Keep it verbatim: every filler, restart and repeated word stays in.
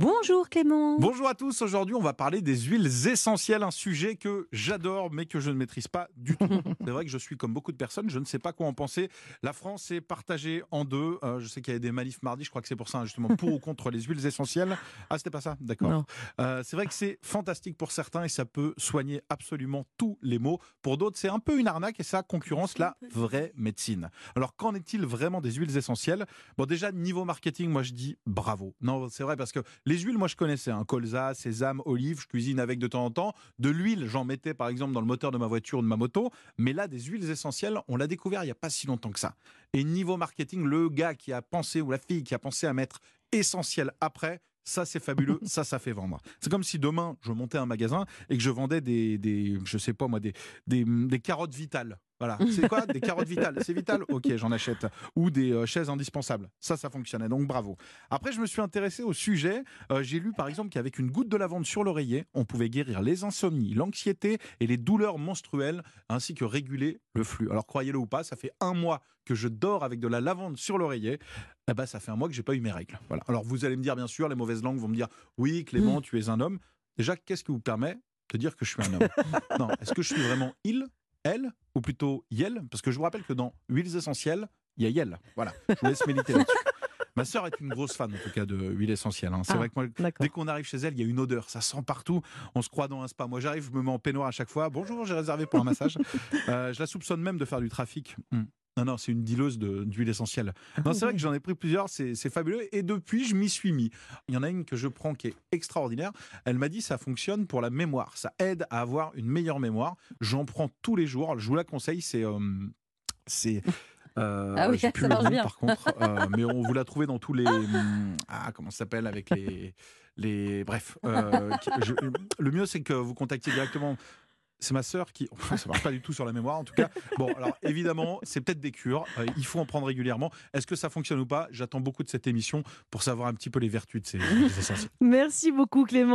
Bonjour Clément. Bonjour à tous, aujourd'hui on va parler des huiles essentielles, un sujet que j'adore mais que je ne maîtrise pas du tout. C'est vrai que je suis comme beaucoup de personnes, je ne sais pas quoi en penser. La France est partagée en deux, euh, je sais qu'il y a des manifs mardi, je crois que c'est pour ça, hein, justement, pour ou contre les huiles essentielles. Ah, c'était pas ça? D'accord. Euh, c'est vrai que c'est fantastique pour certains et ça peut soigner absolument tous les maux. Pour d'autres, c'est un peu une arnaque et ça concurrence la vraie médecine. Alors qu'en est-il vraiment des huiles essentielles? Bon, déjà, niveau marketing, moi je dis bravo. Non, c'est vrai parce que les huiles, moi je connaissais, hein, colza, sésame, olive, je cuisine avec de temps en temps. De l'huile, j'en mettais par exemple dans le moteur de ma voiture ou de ma moto. Mais là, des huiles essentielles, on l'a découvert il n'y a pas si longtemps que ça. Et niveau marketing, le gars qui a pensé, ou la fille qui a pensé à mettre essentiel après, ça c'est fabuleux, ça ça fait vendre. C'est comme si demain je montais un magasin et que je vendais des, des je sais pas moi, des, des, des carottes vitales. Voilà, c'est quoi? Des carottes vitales, c'est vital? Ok, j'en achète. Ou des euh, chaises indispensables. Ça, ça fonctionnait, donc bravo. Après, je me suis intéressé au sujet. Euh, j'ai lu par exemple qu'avec une goutte de lavande sur l'oreiller, on pouvait guérir les insomnies, l'anxiété et les douleurs menstruelles, ainsi que réguler le flux. Alors croyez-le ou pas, ça fait un mois que je dors avec de la lavande sur l'oreiller. Eh ben, ça fait un mois que j'ai pas eu mes règles. Voilà. Alors vous allez me dire, bien sûr, les mauvaises langues vont me dire, oui, Clément, tu es un homme. Déjà, qu'est-ce qui vous permet de dire que je suis un homme? Non, est-ce que je suis vraiment il, elle, ou plutôt yel? Parce que je vous rappelle que dans huiles essentielles, il y a yel. Voilà, je vous laisse méditer là-dessus. Ma sœur est une grosse fan, en tout cas, de huile essentielle. Hein. C'est Ah, vrai que moi, d'accord. dès qu'on arrive chez elle, il y a une odeur. Ça sent partout. On se croit dans un spa. Moi, j'arrive, je me mets en peignoir à chaque fois. Bonjour, j'ai réservé pour un massage. Euh, je la soupçonne même de faire du trafic. Hmm. Non, non, c'est une dealeuse de- d'huile essentielle. Non, c'est vrai que j'en ai pris plusieurs, c'est c'est fabuleux. Et depuis, je m'y suis mis. Il y en a une que je prends qui est extraordinaire. Elle m'a dit ça fonctionne pour la mémoire. Ça aide à avoir une meilleure mémoire. J'en prends tous les jours. Je vous la conseille. C'est. euh, c'est euh, Ah oui, j'ai plus ça le marche nom bien. par contre, euh, mais on vous la trouvez dans tous les hum, ah comment ça s'appelle avec les les bref. euh, qui- je- le mieux c'est que vous contactiez directement. C'est ma sœur qui ça marche pas du tout sur la mémoire en tout cas. Bon alors évidemment c'est peut-être des cures, euh, il faut en prendre régulièrement. Est-ce que ça fonctionne ou pas? J'attends beaucoup de cette émission pour savoir un petit peu les vertus de ces, ces essentiels. Merci beaucoup Clément.